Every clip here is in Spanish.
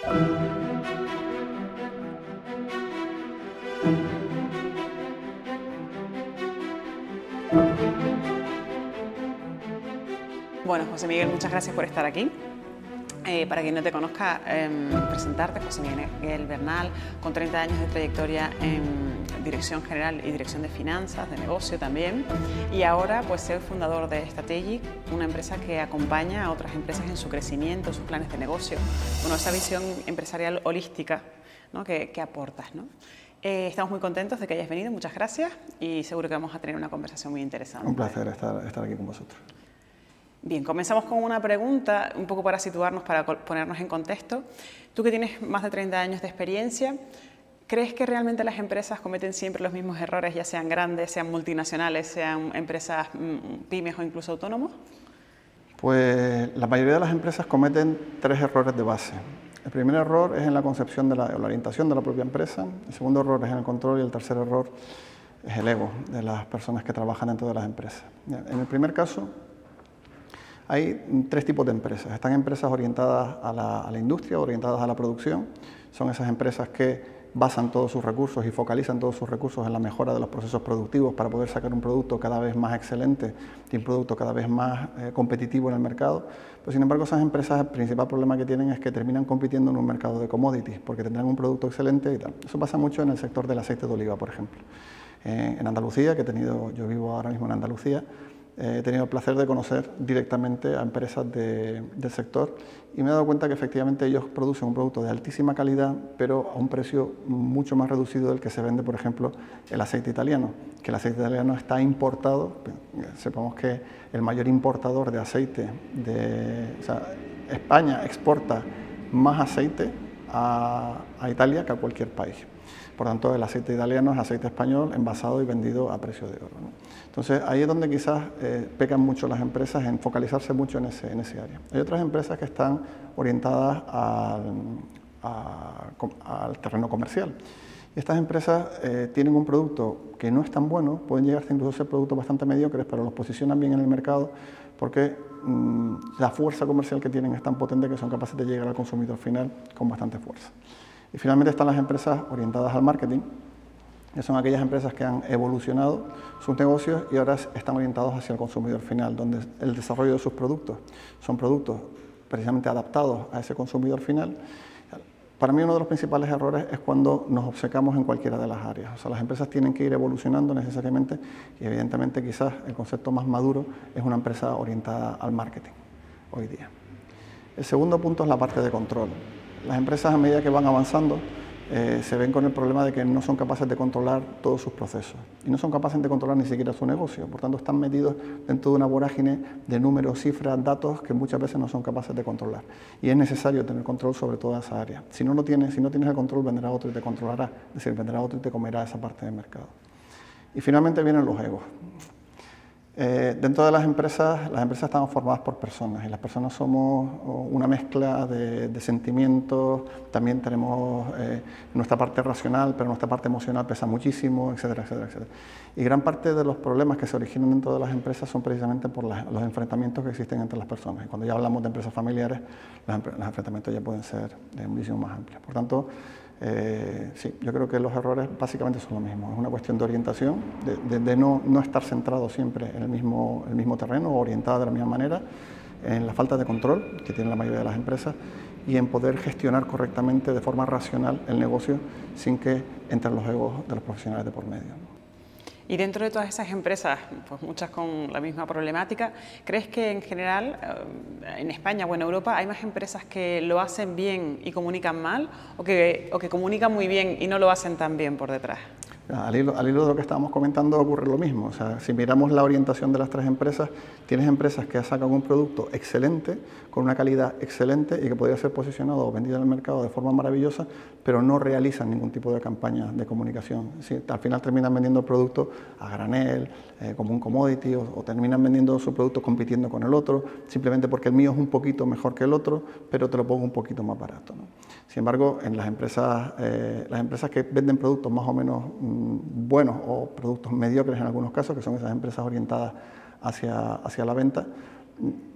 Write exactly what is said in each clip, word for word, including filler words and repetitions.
Bueno, José Miguel, muchas gracias por estar aquí. Eh, para quien no te conozca, eh, presentarte, José Miguel Bernal, con treinta años de trayectoria en dirección general y dirección de finanzas, de negocio también, y ahora pues soy fundador de Strategic, una empresa que acompaña a otras empresas en su crecimiento, sus planes de negocio, bueno, esa visión empresarial holística, ¿no?, que, que aportas, ¿no? Eh, estamos muy contentos de que hayas venido, muchas gracias, y seguro que vamos a tener una conversación muy interesante. Un placer estar, estar aquí con vosotros. Bien, comenzamos con una pregunta, un poco para situarnos, para ponernos en contexto. Tú que tienes más de treinta años de experiencia, ¿crees que realmente las empresas cometen siempre los mismos errores, ya sean grandes, sean multinacionales, sean empresas pymes o incluso autónomos? Pues la mayoría de las empresas cometen tres errores de base. El primer error es en la concepción de la, la orientación de la propia empresa, el segundo error es en el control y el tercer error es el ego de las personas que trabajan dentro de las empresas. En el primer caso, hay tres tipos de empresas. Están empresas orientadas a la, a la industria, orientadas a la producción. Son esas empresas que basan todos sus recursos y focalizan todos sus recursos en la mejora de los procesos productivos para poder sacar un producto cada vez más excelente y un producto cada vez más eh, competitivo en el mercado. Pero sin embargo, esas empresas, el principal problema que tienen es que terminan compitiendo en un mercado de commodities porque tendrán un producto excelente y tal. Eso pasa mucho en el sector del aceite de oliva, por ejemplo. Eh, en Andalucía, que he tenido, yo vivo ahora mismo en Andalucía, he tenido el placer de conocer directamente a empresas de, del sector y me he dado cuenta que efectivamente ellos producen un producto de altísima calidad, pero a un precio mucho más reducido del que se vende, por ejemplo, el aceite italiano, que el aceite italiano está importado. Sepamos que el mayor importador de aceite, de, o sea, España exporta más aceite a, a Italia que a cualquier país. Por tanto, el aceite italiano es aceite español envasado y vendido a precio de oro, ¿no? Entonces, ahí es donde quizás eh, pecan mucho las empresas en focalizarse mucho en ese, en ese área. Hay otras empresas que están orientadas al, a, al terreno comercial. Y estas empresas eh, tienen un producto que no es tan bueno, pueden llegar a incluso a ser productos bastante mediocres, pero los posicionan bien en el mercado porque mmm, la fuerza comercial que tienen es tan potente que son capaces de llegar al consumidor final con bastante fuerza. Y finalmente están las empresas orientadas al marketing, que son aquellas empresas que han evolucionado sus negocios y ahora están orientados hacia el consumidor final, donde el desarrollo de sus productos son productos precisamente adaptados a ese consumidor final. Para mí uno de los principales errores es cuando nos obcecamos en cualquiera de las áreas. O sea, las empresas tienen que ir evolucionando necesariamente y evidentemente quizás el concepto más maduro es una empresa orientada al marketing hoy día. El segundo punto es la parte de control. Las empresas, a medida que van avanzando, eh, se ven con el problema de que no son capaces de controlar todos sus procesos y no son capaces de controlar ni siquiera su negocio. Por tanto, están metidos dentro de una vorágine de números, cifras, datos que muchas veces no son capaces de controlar. Y es necesario tener control sobre toda esa área. Si no lo tienes, si no tienes el control, vendrá otro y te controlará. Es decir, vendrá otro y te comerá esa parte del mercado. Y finalmente vienen los egos. Eh, dentro de las empresas, las empresas están formadas por personas y las personas somos una mezcla de, de sentimientos, también tenemos eh, nuestra parte racional, pero nuestra parte emocional pesa muchísimo, etcétera, etcétera, etcétera. Y gran parte de los problemas que se originan dentro de las empresas son precisamente por la, los enfrentamientos que existen entre las personas. Y cuando ya hablamos de empresas familiares, los, los enfrentamientos ya pueden ser de muchísimo más amplios. Por tanto, Eh, sí, yo creo que los errores básicamente son lo mismo, es una cuestión de orientación, de, de, de no, no estar centrado siempre en el mismo, el mismo terreno o orientado de la misma manera, en la falta de control que tienen la mayoría de las empresas y en poder gestionar correctamente de forma racional el negocio sin que entren los egos de los profesionales de por medio. Y dentro de todas esas empresas, pues muchas con la misma problemática, ¿crees que en general, en España o en Europa, hay más empresas que lo hacen bien y comunican mal o que, o que comunican muy bien y no lo hacen tan bien por detrás? Al hilo, al hilo de lo que estábamos comentando ocurre lo mismo. O sea, si miramos la orientación de las tres empresas, tienes empresas que sacan un producto excelente, con una calidad excelente y que podría ser posicionado o vendido en el mercado de forma maravillosa, pero no realizan ningún tipo de campaña de comunicación. ¿Sí? Al final terminan vendiendo el producto a granel, eh, como un commodity, o, o terminan vendiendo su producto compitiendo con el otro, simplemente porque el mío es un poquito mejor que el otro, pero te lo pongo un poquito más barato, ¿no? Sin embargo, en las empresas, eh, las empresas que venden productos más o menos mmm, buenos o productos mediocres en algunos casos, que son esas empresas orientadas hacia, hacia la venta,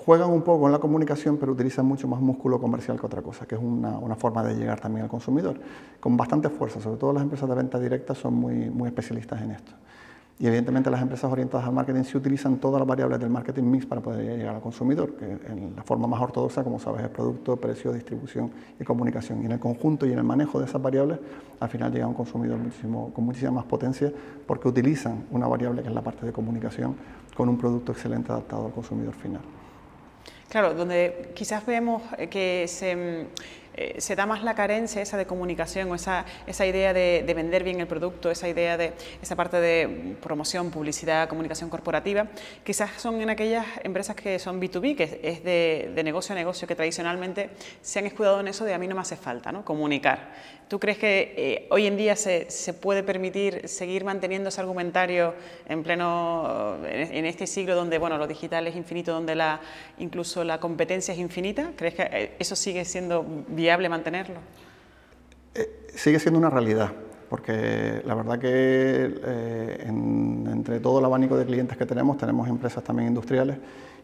juegan un poco en la comunicación, pero utilizan mucho más músculo comercial que otra cosa, que es una, una forma de llegar también al consumidor, con bastante fuerza. Sobre todo las empresas de venta directa son muy, muy especialistas en esto. Y evidentemente las empresas orientadas al marketing sí utilizan todas las variables del marketing mix para poder llegar al consumidor, que en la forma más ortodoxa, como sabes, es producto, precio, distribución y comunicación. Y en el conjunto y en el manejo de esas variables, al final llega a un consumidor muchísimo, con muchísima más potencia, porque utilizan una variable que es la parte de comunicación, con un producto excelente adaptado al consumidor final. Claro, donde quizás vemos que se, eh, se da más la carencia esa de comunicación, o esa, esa idea de, de vender bien el producto, esa idea de esa parte de promoción, publicidad, comunicación corporativa, quizás son en aquellas empresas que son B dos B, que es de, de negocio a negocio, que tradicionalmente se han escudado en eso de a mí no me hace falta, ¿no? Comunicar. ¿Tú crees que eh, hoy en día se, se puede permitir seguir manteniendo ese argumentario en pleno, en, en este siglo donde, bueno, lo digital es infinito, donde la, incluso la competencia es infinita? ¿Crees que eso sigue siendo viable mantenerlo? Eh, sigue siendo una realidad, porque la verdad que eh, en, entre todo el abanico de clientes que tenemos, tenemos empresas también industriales,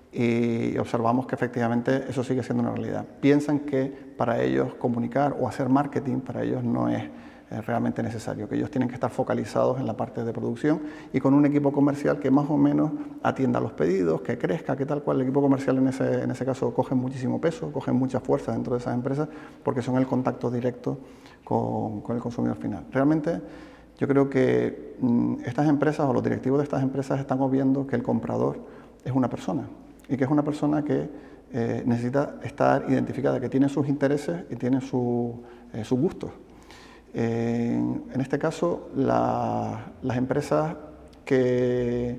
y observamos que efectivamente eso sigue siendo una realidad. Piensan que para ellos comunicar o hacer marketing para ellos no es eh, realmente necesario, que ellos tienen que estar focalizados en la parte de producción y con un equipo comercial que más o menos atienda los pedidos, que crezca, que tal cual. El equipo comercial en ese, en ese caso coge muchísimo peso, coge mucha fuerza dentro de esas empresas porque son el contacto directo con, con el consumidor final. Realmente yo creo que mmm, estas empresas o los directivos de estas empresas están viendo que el comprador es una persona, y que es una persona que eh, necesita estar identificada, que tiene sus intereses y tiene su, eh, sus gustos. Eh, en este caso, la, las empresas que,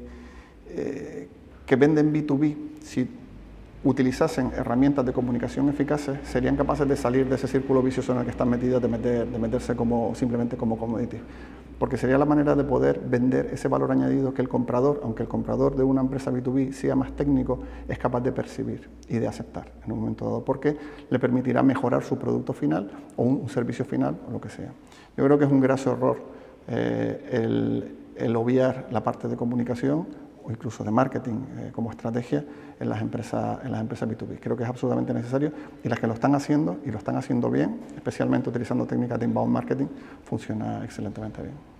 eh, que venden B dos B, si utilizasen herramientas de comunicación eficaces, serían capaces de salir de ese círculo vicioso en el que están metidas, de, meter, de meterse como, simplemente como commodity. Porque sería la manera de poder vender ese valor añadido que el comprador, aunque el comprador de una empresa B dos B sea más técnico, es capaz de percibir y de aceptar en un momento dado, porque le permitirá mejorar su producto final o un, un servicio final o lo que sea. Yo creo que es un graso error eh, el, el obviar la parte de comunicación o incluso de marketing eh, como estrategia en las empresas en las empresas B dos B. Creo que es absolutamente necesario y las que lo están haciendo y lo están haciendo bien, especialmente utilizando técnicas de inbound marketing, funciona excelentemente bien.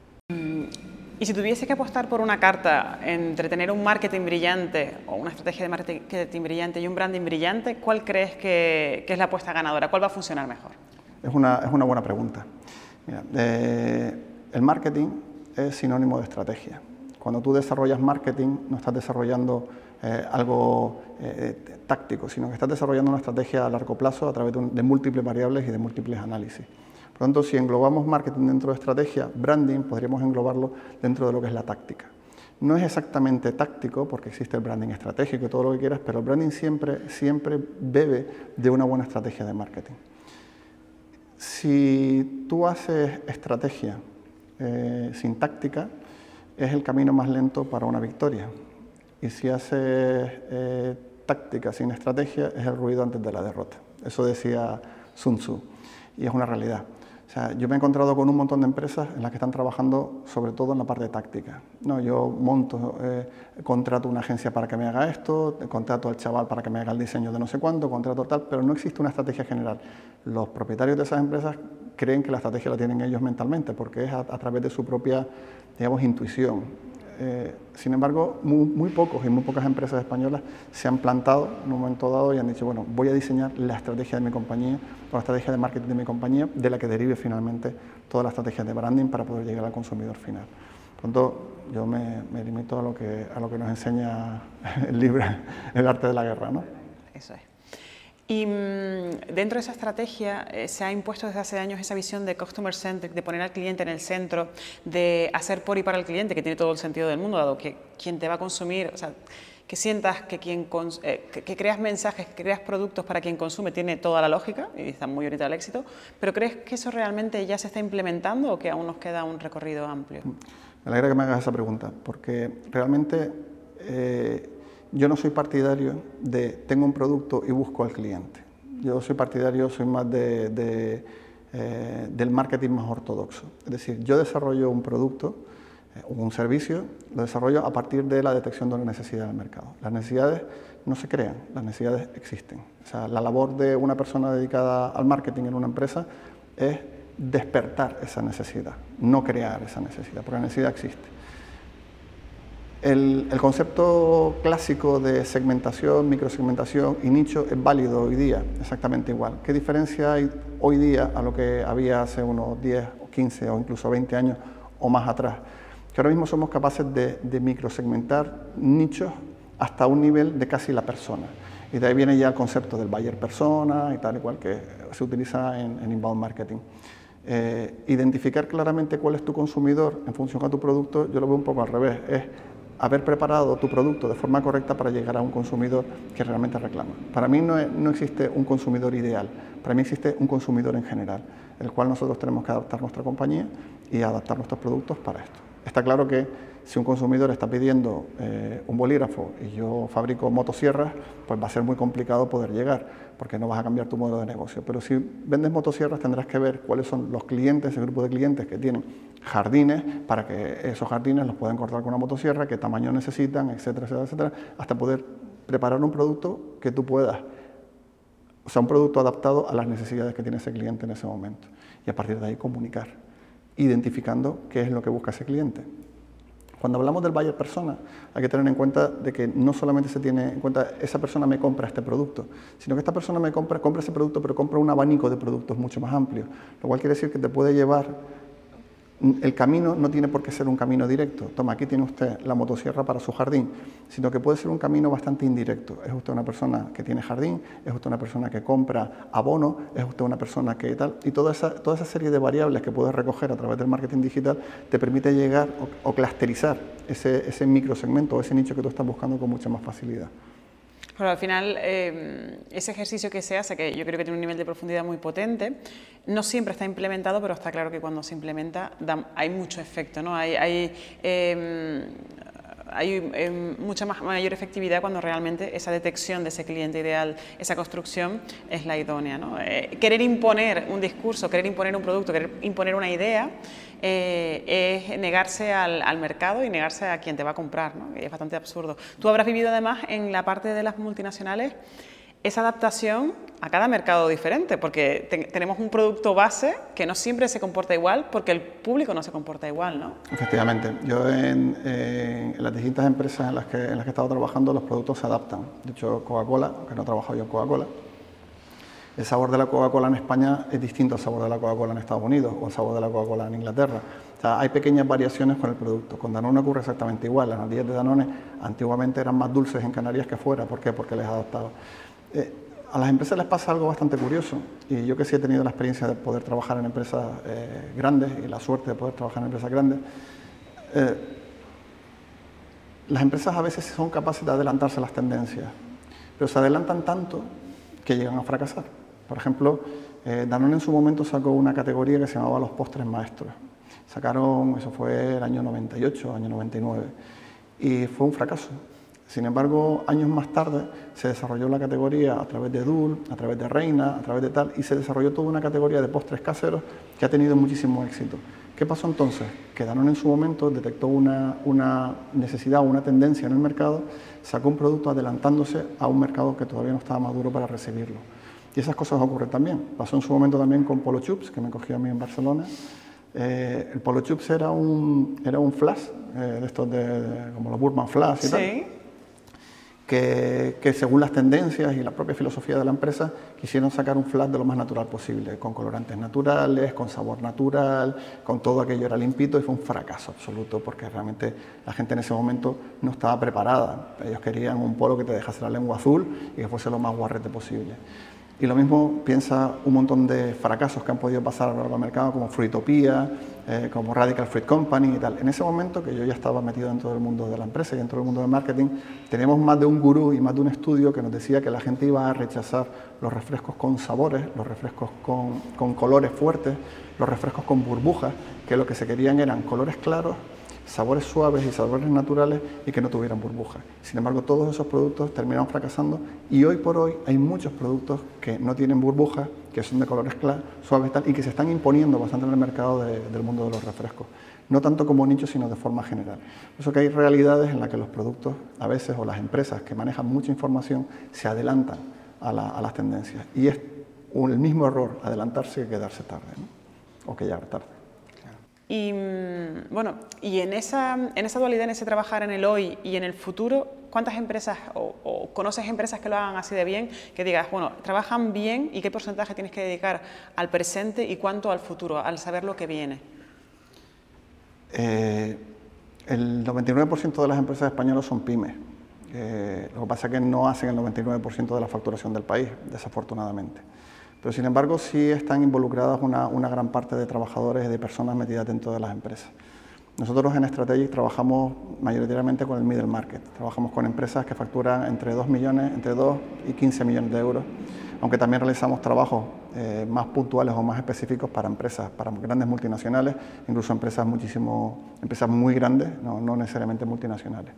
Y si tuviese que apostar por una carta entre tener un marketing brillante o una estrategia de marketing brillante y un branding brillante, ¿cuál crees que, que es la apuesta ganadora? ¿Cuál va a funcionar mejor? Es una, es una buena pregunta. Mira, eh, el marketing es sinónimo de estrategia. Cuando tú desarrollas marketing, no estás desarrollando eh, algo eh, táctico, sino que estás desarrollando una estrategia a largo plazo a través de, un, de múltiples variables y de múltiples análisis. Por lo tanto, si englobamos marketing dentro de estrategia, branding podríamos englobarlo dentro de lo que es la táctica. No es exactamente táctico, porque existe el branding estratégico y todo lo que quieras, pero el branding siempre, siempre bebe de una buena estrategia de marketing. Si tú haces estrategia eh, sin táctica, es el camino más lento para una victoria. Y si haces eh, táctica sin estrategia, es el ruido antes de la derrota. Eso decía Sun Tzu, y es una realidad. O sea, yo me he encontrado con un montón de empresas en las que están trabajando sobre todo en la parte táctica. No, yo monto, eh, contrato una agencia para que me haga esto, contrato al chaval para que me haga el diseño de no sé cuánto, contrato tal, pero no existe una estrategia general. Los propietarios de esas empresas creen que la estrategia la tienen ellos mentalmente, porque es a, a través de su propia, digamos, intuición. Eh, sin embargo, muy, muy pocos y muy pocas empresas españolas se han plantado en un momento dado y han dicho, bueno, voy a diseñar la estrategia de mi compañía o la estrategia de marketing de mi compañía, de la que derive finalmente toda la estrategia de branding para poder llegar al consumidor final. Por lo tanto, yo me, me limito a lo, que, a lo que nos enseña el libro, El arte de la guerra, ¿no? Eso es. Y mmm, dentro de esa estrategia eh, se ha impuesto desde hace años esa visión de customer centric, de poner al cliente en el centro, de hacer por y para el cliente, que tiene todo el sentido del mundo, dado que quien te va a consumir, o sea, que sientas que, quien cons eh, que, que creas mensajes, que creas productos para quien consume, tiene toda la lógica y está muy orientado al éxito, pero ¿crees que eso realmente ya se está implementando o que aún nos queda un recorrido amplio? Me alegra que me hagas esa pregunta, porque realmente eh, yo no soy partidario de tengo un producto y busco al cliente. Yo soy partidario, soy más de, de, eh, del marketing más ortodoxo. Es decir, yo desarrollo un producto o eh, un servicio, lo desarrollo a partir de la detección de una necesidad del mercado. Las necesidades no se crean, las necesidades existen. O sea, la labor de una persona dedicada al marketing en una empresa es despertar esa necesidad, no crear esa necesidad, porque la necesidad existe. El, el concepto clásico de segmentación, microsegmentación y nicho es válido hoy día, exactamente igual. ¿Qué diferencia hay hoy día a lo que había hace unos diez, quince o incluso veinte años o más atrás? Que ahora mismo somos capaces de, de microsegmentar nichos hasta un nivel de casi la persona. Y de ahí viene ya el concepto del buyer persona y tal y cual que se utiliza en, en inbound marketing. Eh, identificar claramente cuál es tu consumidor en función a tu producto, yo lo veo un poco al revés, es haber preparado tu producto de forma correcta para llegar a un consumidor que realmente reclama. Para mí no, es, no existe un consumidor ideal, para mí existe un consumidor en general, el cual nosotros tenemos que adaptar nuestra compañía y adaptar nuestros productos para esto. Está claro que si un consumidor está pidiendo eh, un bolígrafo y yo fabrico motosierras, pues va a ser muy complicado poder llegar, porque no vas a cambiar tu modelo de negocio. Pero si vendes motosierras tendrás que ver cuáles son los clientes, el grupo de clientes que tienen jardines, para que esos jardines los puedan cortar con una motosierra, qué tamaño necesitan, etcétera, etcétera, etcétera, hasta poder preparar un producto que tú puedas, o sea, un producto adaptado a las necesidades que tiene ese cliente en ese momento. Y a partir de ahí comunicar, identificando qué es lo que busca ese cliente. Cuando hablamos del buyer persona, hay que tener en cuenta de que no solamente se tiene en cuenta esa persona me compra este producto, sino que esta persona me compra, compra ese producto, pero compra un abanico de productos mucho más amplio, lo cual quiere decir que te puede llevar. El camino no tiene por qué ser un camino directo. Toma, aquí tiene usted la motosierra para su jardín, sino que puede ser un camino bastante indirecto. Es usted una persona que tiene jardín, es usted una persona que compra abono, es usted una persona que tal. Y toda esa, toda esa serie de variables que puedes recoger a través del marketing digital te permite llegar o, o clusterizar ese, ese microsegmento o ese nicho que tú estás buscando con mucha más facilidad. Pero al final, eh, ese ejercicio que se hace, que yo creo que tiene un nivel de profundidad muy potente, no siempre está implementado, pero está claro que cuando se implementa da, hay mucho efecto, ¿no? Hay, hay, eh, hay eh, mucha más, mayor efectividad cuando realmente esa detección de ese cliente ideal, esa construcción es la idónea, ¿no? Eh, querer imponer un discurso, querer imponer un producto, querer imponer una idea, Eh, es negarse al, al mercado y negarse a quien te va a comprar, ¿no? Es bastante absurdo. Tú habrás vivido además en la parte de las multinacionales esa adaptación a cada mercado diferente, porque te, tenemos un producto base que no siempre se comporta igual porque el público no se comporta igual, ¿no? Efectivamente. Yo en, eh, en las distintas empresas en las, que, en las que he estado trabajando los productos se adaptan. De hecho, Coca-Cola, que no he trabajado yo en Coca-Cola, el sabor de la Coca-Cola en España es distinto al sabor de la Coca-Cola en Estados Unidos o el sabor de la Coca-Cola en Inglaterra. O sea, hay pequeñas variaciones con el producto. Con Danone ocurre exactamente igual. Las natillas de Danone antiguamente eran más dulces en Canarias que fuera. ¿Por qué? Porque les adaptaba. Eh, a las empresas les pasa algo bastante curioso. Y yo que sí he tenido la experiencia de poder trabajar en empresas eh, grandes y la suerte de poder trabajar en empresas grandes, eh, las empresas a veces son capaces de adelantarse a las tendencias, pero se adelantan tanto que llegan a fracasar. Por ejemplo, eh, Danone en su momento sacó una categoría que se llamaba los postres maestros. Sacaron, eso fue el año noventa y ocho, año noventa y nueve, y fue un fracaso. Sin embargo, años más tarde se desarrolló la categoría a través de Dul, a través de Reina, a través de tal, y se desarrolló toda una categoría de postres caseros que ha tenido muchísimo éxito. ¿Qué pasó entonces? Que Danone en su momento detectó una, una necesidad, una tendencia en el mercado, sacó un producto adelantándose a un mercado que todavía no estaba maduro para recibirlo. Y esas cosas ocurren también. Pasó en su momento también con Polo Chups, que me cogió a mí en Barcelona. Eh, el Polo Chups era un, era un flash, eh, de estos de, de, como los Burman Flash y sí. tal, que, que según las tendencias y la propia filosofía de la empresa, quisieron sacar un flash de lo más natural posible, con colorantes naturales, con sabor natural, con todo aquello era limpito, y fue un fracaso absoluto, porque realmente la gente en ese momento no estaba preparada. Ellos querían un polo que te dejase la lengua azul y que fuese lo más guarrete posible. Y lo mismo piensa un montón de fracasos que han podido pasar a lo largo del mercado, como Fruitopía, eh, como Radical Fruit Company y tal. En ese momento, que yo ya estaba metido dentro del mundo de la empresa y dentro del mundo del marketing, teníamos más de un gurú y más de un estudio que nos decía que la gente iba a rechazar los refrescos con sabores, los refrescos con, con colores fuertes, los refrescos con burbujas, que lo que se querían eran colores claros, sabores suaves y sabores naturales y que no tuvieran burbujas. Sin embargo, todos esos productos terminaron fracasando y hoy por hoy hay muchos productos que no tienen burbujas, que son de colores claros, suaves tal, y que se están imponiendo bastante en el mercado de, del mundo de los refrescos. No tanto como nicho, sino de forma general. Por eso que hay realidades en las que los productos, a veces, o las empresas que manejan mucha información, se adelantan a, la, a las tendencias. Y es un, el mismo error adelantarse que quedarse tarde, ¿no? O que llegar tarde. Y bueno, y en esa, en esa dualidad, en ese trabajar en el hoy y en el futuro, ¿cuántas empresas o, o conoces empresas que lo hagan así de bien? Que digas, bueno, trabajan bien y qué porcentaje tienes que dedicar al presente y cuánto al futuro, al saber lo que viene. Eh, el noventa y nueve por ciento de las empresas españolas son pymes. Eh, lo que pasa es que no hacen el noventa y nueve por ciento de la facturación del país, desafortunadamente. Pero sin embargo sí están involucradas una, una gran parte de trabajadores y de personas metidas dentro de las empresas. Nosotros en Strategic trabajamos mayoritariamente con el middle market, trabajamos con empresas que facturan entre dos millones, entre dos y quince millones de euros, aunque también realizamos trabajos eh, más puntuales o más específicos para empresas, para grandes multinacionales, incluso empresas, muchísimo, empresas muy grandes, no, no necesariamente multinacionales.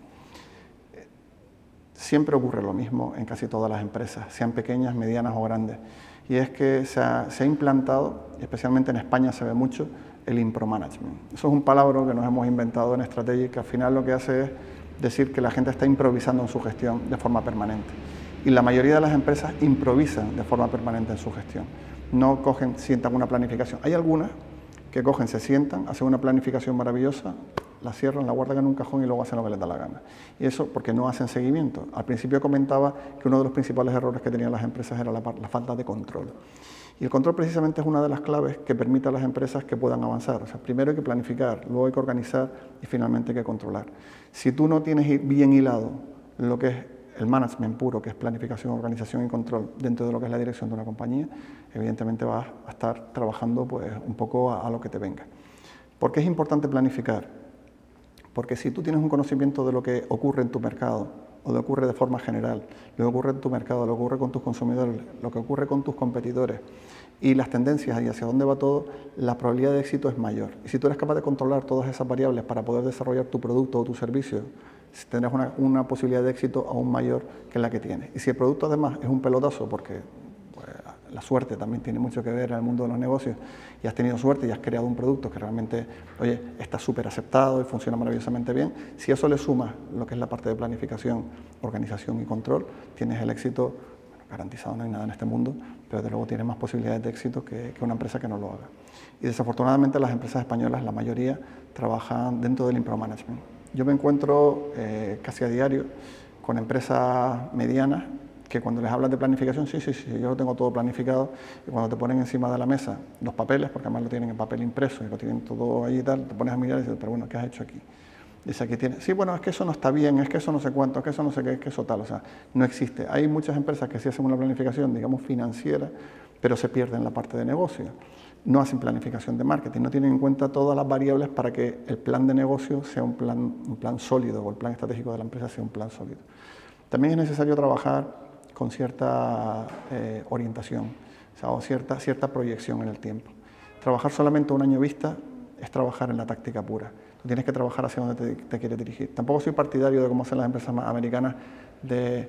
Siempre ocurre lo mismo en casi todas las empresas, sean pequeñas, medianas o grandes. Y es que se ha, se ha implantado, especialmente en España se ve mucho, el impromanagement. Eso es un palabra que nos hemos inventado en Strategic, que al final lo que hace es decir que la gente está improvisando en su gestión de forma permanente. Y la mayoría de las empresas improvisan de forma permanente en su gestión. No cogen, sientan una planificación. Hay algunas que cogen, se sientan, hacen una planificación maravillosa, la cierran, la guardan en un cajón y luego hacen lo que les da la gana. Y eso porque no hacen seguimiento. Al principio comentaba que uno de los principales errores que tenían las empresas era la, la falta de control. Y el control precisamente es una de las claves que permite a las empresas que puedan avanzar. O sea, primero hay que planificar, luego hay que organizar y finalmente hay que controlar. Si tú no tienes bien hilado lo que es el management puro, que es planificación, organización y control dentro de lo que es la dirección de una compañía, evidentemente vas a estar trabajando pues, un poco a, a lo que te venga. ¿Por qué es importante planificar? Porque si tú tienes un conocimiento de lo que ocurre en tu mercado, o lo que ocurre de forma general, lo que ocurre en tu mercado, lo que ocurre con tus consumidores, lo que ocurre con tus competidores, y las tendencias y hacia dónde va todo, la probabilidad de éxito es mayor. Y si tú eres capaz de controlar todas esas variables para poder desarrollar tu producto o tu servicio, tendrás una, una posibilidad de éxito aún mayor que la que tienes. Y si el producto además es un pelotazo, porque pues, la suerte también tiene mucho que ver en el mundo de los negocios, y has tenido suerte y has creado un producto que realmente, oye, está súper aceptado y funciona maravillosamente bien, si a eso le sumas lo que es la parte de planificación, organización y control, tienes el éxito, bueno, garantizado, no hay nada en este mundo, pero desde luego tienes más posibilidades de éxito que, que una empresa que no lo haga. Y desafortunadamente las empresas españolas, la mayoría, trabajan dentro del impromanagement. Yo me encuentro eh, casi a diario con empresas medianas que cuando les hablas de planificación, sí, sí, sí, yo lo tengo todo planificado, y cuando te ponen encima de la mesa los papeles, porque además lo tienen en papel impreso y lo tienen todo ahí y tal, te pones a mirar y dices, pero bueno, ¿qué has hecho aquí? Dice, aquí tiene, sí, bueno, es que eso no está bien, es que eso no sé cuánto, es que eso no sé qué, es que eso tal, o sea, no existe. Hay muchas empresas que sí hacen una planificación, digamos, financiera, pero se pierden la parte de negocio. No hacen planificación de marketing, no tienen en cuenta todas las variables para que el plan de negocio sea un plan, un plan sólido, o el plan estratégico de la empresa sea un plan sólido. También es necesario trabajar con cierta eh, orientación, o sea, o cierta, cierta proyección en el tiempo. Trabajar solamente un año vista es trabajar en la táctica pura. Tú tienes que trabajar hacia donde te, te quieres dirigir. Tampoco soy partidario de cómo hacen las empresas americanas de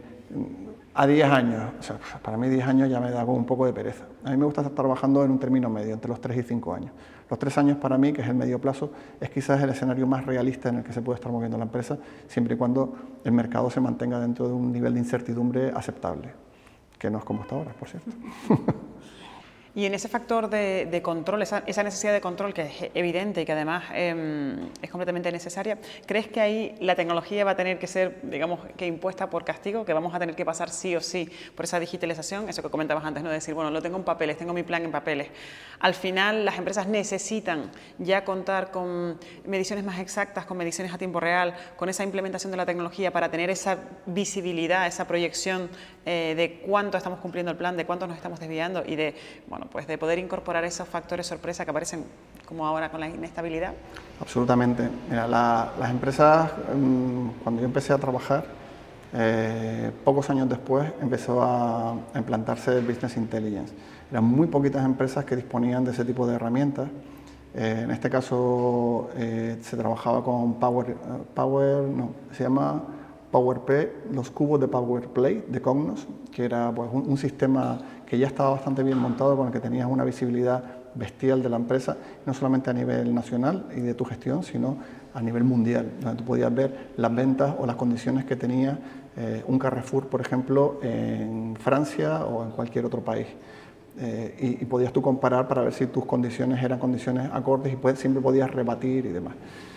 a diez años. O sea, para mí diez años ya me da como un poco de pereza. A mí me gusta estar trabajando en un término medio, entre los tres y cinco años. Los tres años para mí, que es el medio plazo, es quizás el escenario más realista en el que se puede estar moviendo la empresa, siempre y cuando el mercado se mantenga dentro de un nivel de incertidumbre aceptable, que no es como está ahora, por cierto. Y en ese factor de, de control, esa, esa necesidad de control que es evidente y que además eh, es completamente necesaria, ¿crees que ahí la tecnología va a tener que ser, digamos, que impuesta por castigo, que vamos a tener que pasar sí o sí por esa digitalización? Eso que comentabas antes, ¿no? De decir, bueno, lo tengo en papeles, tengo mi plan en papeles. Al final las empresas necesitan ya contar con mediciones más exactas, con mediciones a tiempo real, con esa implementación de la tecnología para tener esa visibilidad, esa proyección eh, de cuánto estamos cumpliendo el plan, de cuánto nos estamos desviando y de, bueno, pues de poder incorporar esos factores sorpresa que aparecen como ahora con la inestabilidad. Absolutamente. Mira, la, las empresas, cuando yo empecé a trabajar, eh, pocos años después empezó a, a implantarse el Business Intelligence. Eran muy poquitas empresas que disponían de ese tipo de herramientas Eh, en este caso eh, se trabajaba con Power, Power, no, se llama PowerP, los cubos de PowerPlay de Cognos, que era pues, un, un sistema que ya estaba bastante bien montado, con el que tenías una visibilidad bestial de la empresa, no solamente a nivel nacional y de tu gestión, sino a nivel mundial, donde tú podías ver las ventas o las condiciones que tenía eh, un Carrefour, por ejemplo, en Francia o en cualquier otro país. Eh, y, y podías tú comparar para ver si tus condiciones eran condiciones acordes y pues, siempre podías rebatir y demás.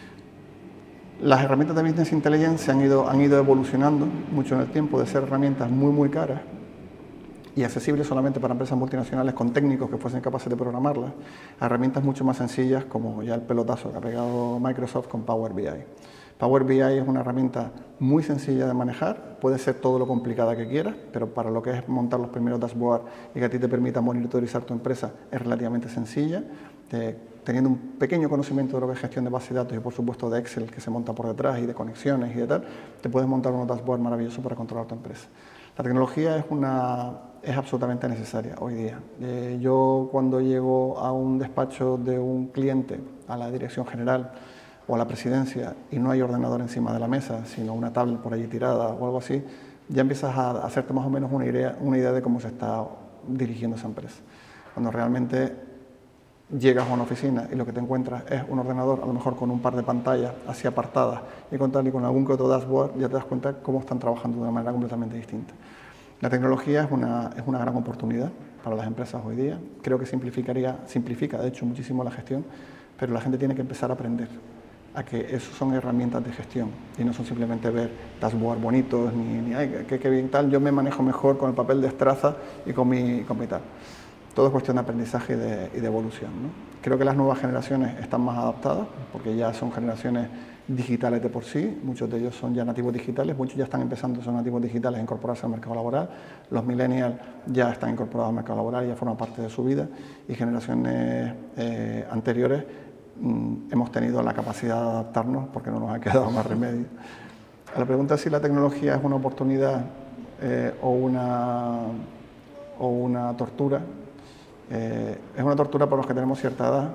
Las herramientas de Business Intelligence se han ido, han ido evolucionando mucho en el tiempo, de ser herramientas muy muy caras y accesibles solamente para empresas multinacionales con técnicos que fuesen capaces de programarlas, a herramientas mucho más sencillas como ya el pelotazo que ha pegado Microsoft con Power B I. Power B I es una herramienta muy sencilla de manejar, puede ser todo lo complicada que quieras, pero para lo que es montar los primeros dashboards y que a ti te permita monitorizar tu empresa es relativamente sencilla, eh, teniendo un pequeño conocimiento de lo que es gestión de base de datos y por supuesto de Excel que se monta por detrás y de conexiones y de tal, te puedes montar unos dashboards maravillosos para controlar tu empresa. La tecnología es, una, es absolutamente necesaria hoy día. Eh, yo cuando llego a un despacho de un cliente, a la dirección general, o a la presidencia y no hay ordenador encima de la mesa, sino una tablet por allí tirada o algo así, ya empiezas a hacerte más o menos una idea, una idea de cómo se está dirigiendo esa empresa. Cuando realmente llegas a una oficina y lo que te encuentras es un ordenador, a lo mejor con un par de pantallas así apartadas y con tal y con algún que otro dashboard, ya te das cuenta cómo están trabajando de una manera completamente distinta. La tecnología es una, es una gran oportunidad para las empresas hoy día. Creo que simplificaría, simplifica de hecho muchísimo la gestión, pero la gente tiene que empezar a aprender a que eso son herramientas de gestión y no son simplemente ver dashboard bonitos ni, ni ay, que, que bien tal, yo me manejo mejor con el papel de estraza y con mi, con mi tal. Todo es cuestión de aprendizaje y de, y de evolución, ¿no? Creo que las nuevas generaciones están más adaptadas porque ya son generaciones digitales de por sí, muchos de ellos son ya nativos digitales, muchos ya están empezando, son nativos digitales a incorporarse al mercado laboral, los millennials ya están incorporados al mercado laboral, ya forman parte de su vida y generaciones eh, anteriores hemos tenido la capacidad de adaptarnos porque no nos ha quedado más remedio. A la pregunta si la tecnología es una oportunidad eh, o, una, o una tortura, eh, es una tortura para los que tenemos cierta edad,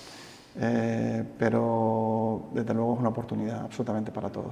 eh, pero desde luego es una oportunidad absolutamente para todos.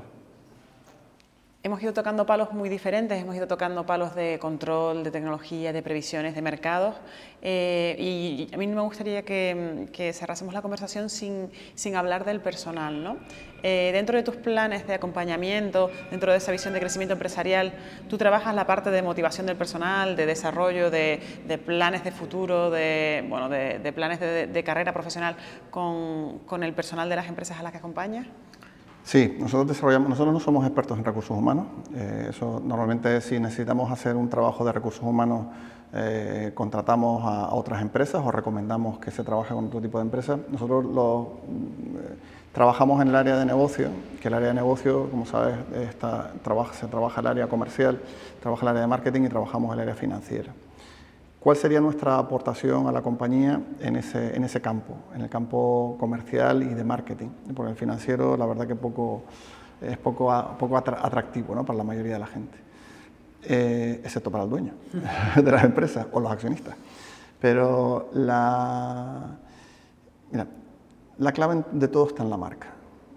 Hemos ido tocando palos muy diferentes, hemos ido tocando palos de control, de tecnología, de previsiones, de mercados, eh, y a mí me gustaría que, que cerrásemos la conversación sin, sin hablar del personal, ¿no? Eh, dentro de tus planes de acompañamiento, dentro de esa visión de crecimiento empresarial, ¿tú trabajas la parte de motivación del personal, de desarrollo, de, de planes de futuro, de, bueno, de, de planes de, de carrera profesional con, con el personal de las empresas a las que acompañas? Sí, nosotros desarrollamos, nosotros no somos expertos en recursos humanos, eh, eso normalmente si necesitamos hacer un trabajo de recursos humanos eh, contratamos a, a otras empresas o recomendamos que se trabaje con otro tipo de empresas. Nosotros lo, eh, trabajamos en el área de negocio, que el área de negocio, como sabes, está, trabaja, se trabaja el área comercial, trabaja el área de marketing y trabajamos el área financiera. ¿Cuál sería nuestra aportación a la compañía en ese, en ese campo, en el campo comercial y de marketing? Porque el financiero, la verdad que poco, es poco, poco atractivo, ¿no?, para la mayoría de la gente, eh, excepto para el dueño de las empresas o los accionistas. Pero la, mira, la clave de todo está en la marca.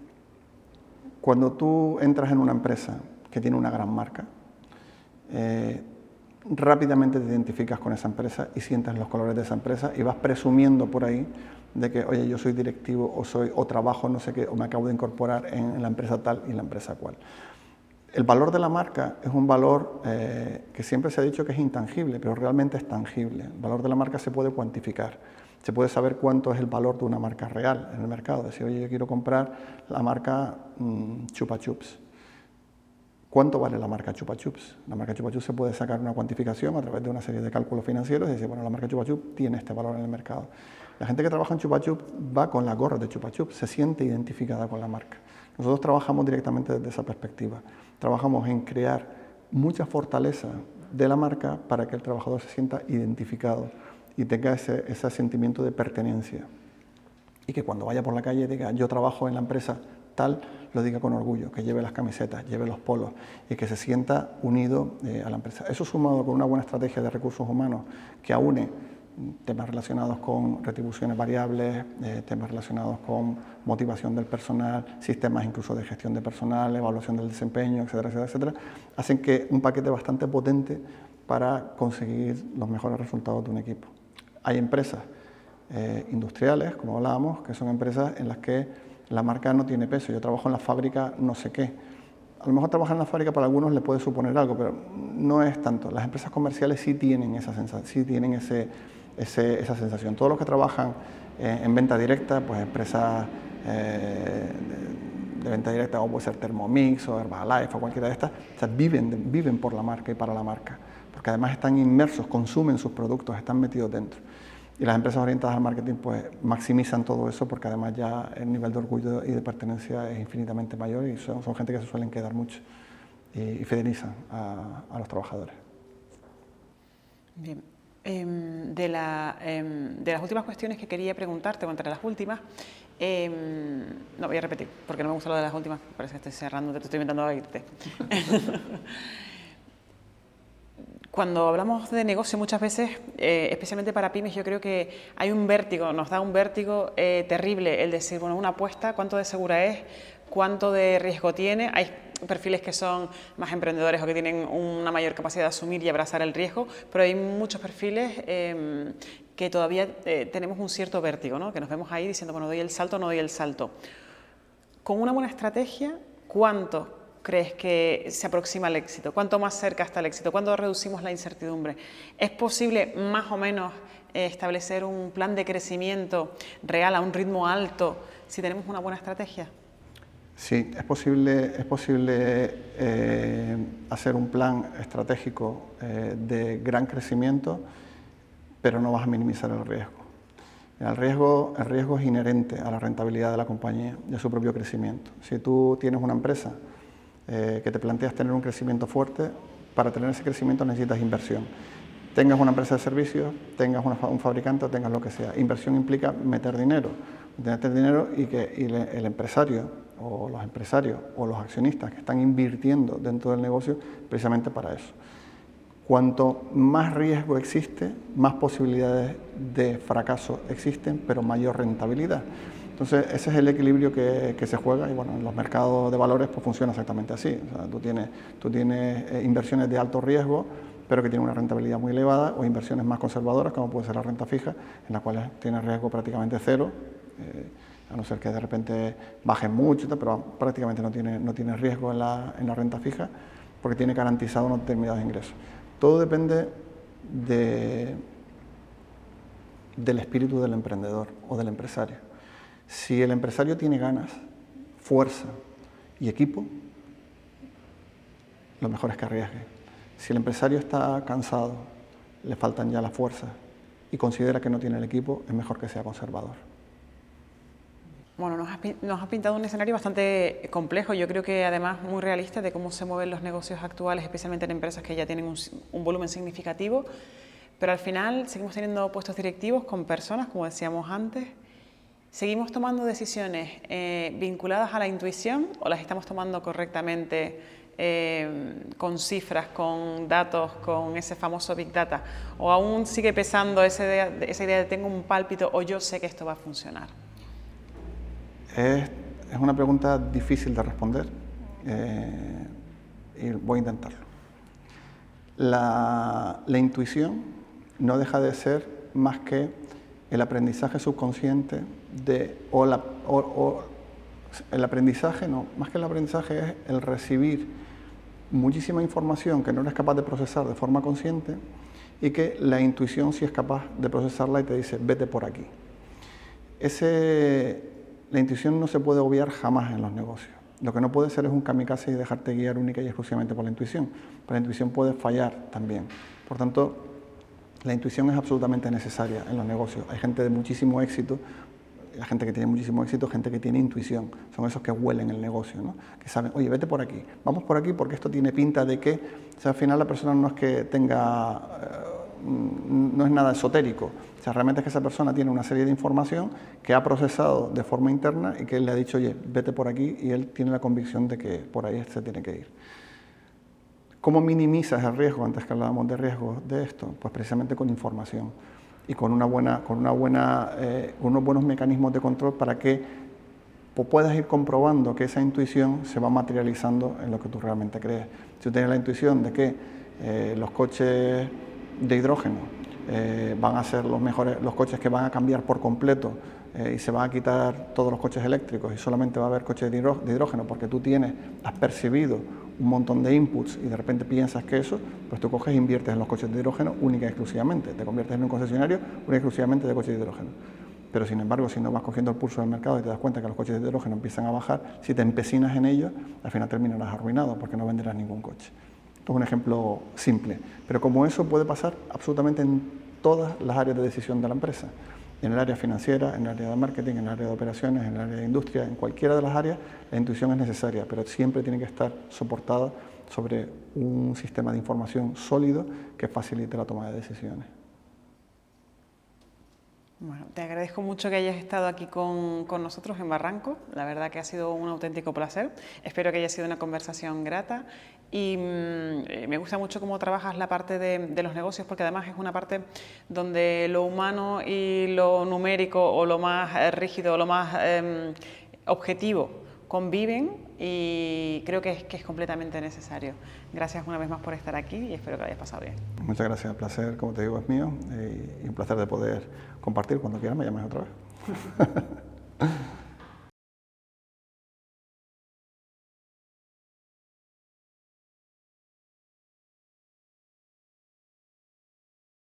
Cuando tú entras en una empresa que tiene una gran marca, eh, rápidamente te identificas con esa empresa y sientes los colores de esa empresa y vas presumiendo por ahí de que, oye, yo soy directivo o soy o trabajo no sé qué o me acabo de incorporar en, en la empresa tal y en la empresa cual. El valor de la marca es un valor eh, que siempre se ha dicho que es intangible, pero realmente es tangible. El valor de la marca se puede cuantificar, se puede saber cuánto es el valor de una marca real en el mercado. Decir, oye, yo quiero comprar la marca mmm, Chupa Chups. ¿Cuánto vale la marca Chupa Chups? La marca Chupa Chups se puede sacar una cuantificación a través de una serie de cálculos financieros y decir, bueno, la marca Chupa Chups tiene este valor en el mercado. La gente que trabaja en Chupa Chups va con la gorra de Chupa Chups, se siente identificada con la marca. Nosotros trabajamos directamente desde esa perspectiva. Trabajamos en crear mucha fortaleza de la marca para que el trabajador se sienta identificado y tenga ese, ese sentimiento de pertenencia. Y que cuando vaya por la calle diga, yo trabajo en la empresa tal, lo diga con orgullo, que lleve las camisetas, lleve los polos y que se sienta unido eh, a la empresa. Eso sumado con una buena estrategia de recursos humanos que aúne temas relacionados con retribuciones variables, eh, temas relacionados con motivación del personal, sistemas incluso de gestión de personal, evaluación del desempeño, etcétera, etcétera, etcétera, hacen que un paquete bastante potente para conseguir los mejores resultados de un equipo. Hay empresas eh, industriales, como hablábamos, que son empresas en las que la marca no tiene peso. Yo trabajo en la fábrica no sé qué. A lo mejor trabajar en la fábrica para algunos le puede suponer algo, pero no es tanto. Las empresas comerciales sí tienen esa sensación, sí tienen ese, ese, esa sensación. Todos los que trabajan eh, en venta directa, pues empresas eh, de, de venta directa, como puede ser Thermomix o Herbalife o cualquiera de estas, o sea, viven, viven por la marca y para la marca, porque además están inmersos, consumen sus productos, están metidos dentro. Y las empresas orientadas al marketing pues maximizan todo eso, porque además ya el nivel de orgullo y de pertenencia es infinitamente mayor, y son, son gente que se suelen quedar mucho y, y fidelizan a, a los trabajadores. Bien. Eh, de, la, eh, de las últimas cuestiones que quería preguntarte, o entre las últimas, eh, no voy a repetir, porque no me gusta lo de las últimas, parece que estoy cerrando, te estoy intentando oírte. Cuando hablamos de negocio muchas veces, eh, especialmente para pymes, yo creo que hay un vértigo, nos da un vértigo eh, terrible el decir, bueno, una apuesta, ¿cuánto de segura es? ¿Cuánto de riesgo tiene? Hay perfiles que son más emprendedores o que tienen una mayor capacidad de asumir y abrazar el riesgo, pero hay muchos perfiles eh, que todavía eh, tenemos un cierto vértigo, ¿no? Que nos vemos ahí diciendo, bueno, doy el salto o no doy el salto. Con una buena estrategia, ¿cuánto crees que se aproxima al éxito? ¿Cuánto más cerca está el éxito? ¿Cuándo reducimos la incertidumbre? ¿Es posible más o menos eh, establecer un plan de crecimiento real a un ritmo alto si tenemos una buena estrategia? Sí, es posible, es posible eh, hacer un plan estratégico eh, de gran crecimiento, pero no vas a minimizar el riesgo. El riesgo, el riesgo es inherente a la rentabilidad de la compañía y a su propio crecimiento. Si tú tienes una empresa Eh, que te planteas tener un crecimiento fuerte, para tener ese crecimiento necesitas inversión. Tengas una empresa de servicios, tengas una, un fabricante o tengas lo que sea. Inversión implica meter dinero, meter dinero y que y le, el empresario o los empresarios o los accionistas que están invirtiendo dentro del negocio precisamente para eso. Cuanto más riesgo existe, más posibilidades de fracaso existen, pero mayor rentabilidad. Entonces, ese es el equilibrio que, que se juega y bueno, en los mercados de valores pues funciona exactamente así. O sea, tú tienes, tú tienes eh, inversiones de alto riesgo, pero que tienen una rentabilidad muy elevada, o inversiones más conservadoras, como puede ser la renta fija, en las cuales tienes riesgo prácticamente cero, eh, a no ser que de repente bajen mucho, pero prácticamente no tiene, no tiene riesgo en la, en la renta fija, porque tiene garantizado unos determinados ingresos. Todo depende de, del espíritu del emprendedor o del empresario. Si el empresario tiene ganas, fuerza y equipo, lo mejor es que arriesgue. Si el empresario está cansado, le faltan ya las fuerzas y considera que no tiene el equipo, es mejor que sea conservador. Bueno, nos has, nos has pintado un escenario bastante complejo, yo creo que además muy realista de cómo se mueven los negocios actuales, especialmente en empresas que ya tienen un, un volumen significativo, pero al final seguimos teniendo puestos directivos con personas, como decíamos antes. ¿Seguimos tomando decisiones eh, vinculadas a la intuición o las estamos tomando correctamente eh, con cifras, con datos, con ese famoso Big Data? ¿O aún sigue pesando esa idea, esa idea de tengo un pálpito o yo sé que esto va a funcionar? Es, es una pregunta difícil de responder eh, y voy a intentarlo. La, la intuición no deja de ser más que el aprendizaje subconsciente de, o, la, o, o el aprendizaje, no, más que el aprendizaje es el recibir muchísima información que no eres capaz de procesar de forma consciente y que la intuición sí es capaz de procesarla y te dice, vete por aquí. Ese, la intuición no se puede obviar jamás en los negocios. Lo que no puede ser es un kamikaze y dejarte guiar única y exclusivamente por la intuición, pero la intuición puede fallar también. Por tanto, la intuición es absolutamente necesaria en los negocios. Hay gente de muchísimo éxito, la gente que tiene muchísimo éxito, gente que tiene intuición. Son esos que huelen el negocio, ¿no? Que saben, oye, vete por aquí, vamos por aquí porque esto tiene pinta de que, o sea, al final la persona no es que tenga, eh, no es nada esotérico. O sea, realmente es que esa persona tiene una serie de información que ha procesado de forma interna y que él le ha dicho, oye, vete por aquí, y él tiene la convicción de que por ahí se tiene que ir. ¿Cómo minimizas el riesgo? Antes que hablábamos de riesgo de esto, pues precisamente con información. y con, una buena, con, una buena, eh, con unos buenos mecanismos de control para que puedas ir comprobando que esa intuición se va materializando en lo que tú realmente crees. Si tú tienes la intuición de que eh, los coches de hidrógeno eh, van a ser los mejores, los coches que van a cambiar por completo eh, y se van a quitar todos los coches eléctricos y solamente va a haber coches de hidrógeno porque tú tienes, has percibido un montón de inputs y de repente piensas que eso, pues tú coges e inviertes en los coches de hidrógeno única y exclusivamente, te conviertes en un concesionario única y exclusivamente de coches de hidrógeno. Pero sin embargo, si no vas cogiendo el pulso del mercado y te das cuenta que los coches de hidrógeno empiezan a bajar, si te empecinas en ellos, al final terminarás arruinado porque no venderás ningún coche. Esto es un ejemplo simple, pero como eso puede pasar absolutamente en todas las áreas de decisión de la empresa. En el área financiera, en el área de marketing, en el área de operaciones, en el área de industria, en cualquiera de las áreas, la intuición es necesaria, pero siempre tiene que estar soportada sobre un sistema de información sólido que facilite la toma de decisiones. Bueno, te agradezco mucho que hayas estado aquí con, con nosotros en Barranco. La verdad que ha sido un auténtico placer. Espero que haya sido una conversación grata y mmm, me gusta mucho cómo trabajas la parte de, de los negocios, porque además es una parte donde lo humano y lo numérico o lo más eh, rígido o lo más eh, objetivo conviven y creo que es, que es completamente necesario. Gracias una vez más por estar aquí y espero que lo hayas pasado bien. Muchas gracias, el placer, como te digo, es mío eh, y un placer de poder compartir. Cuando quieras me llames otra vez.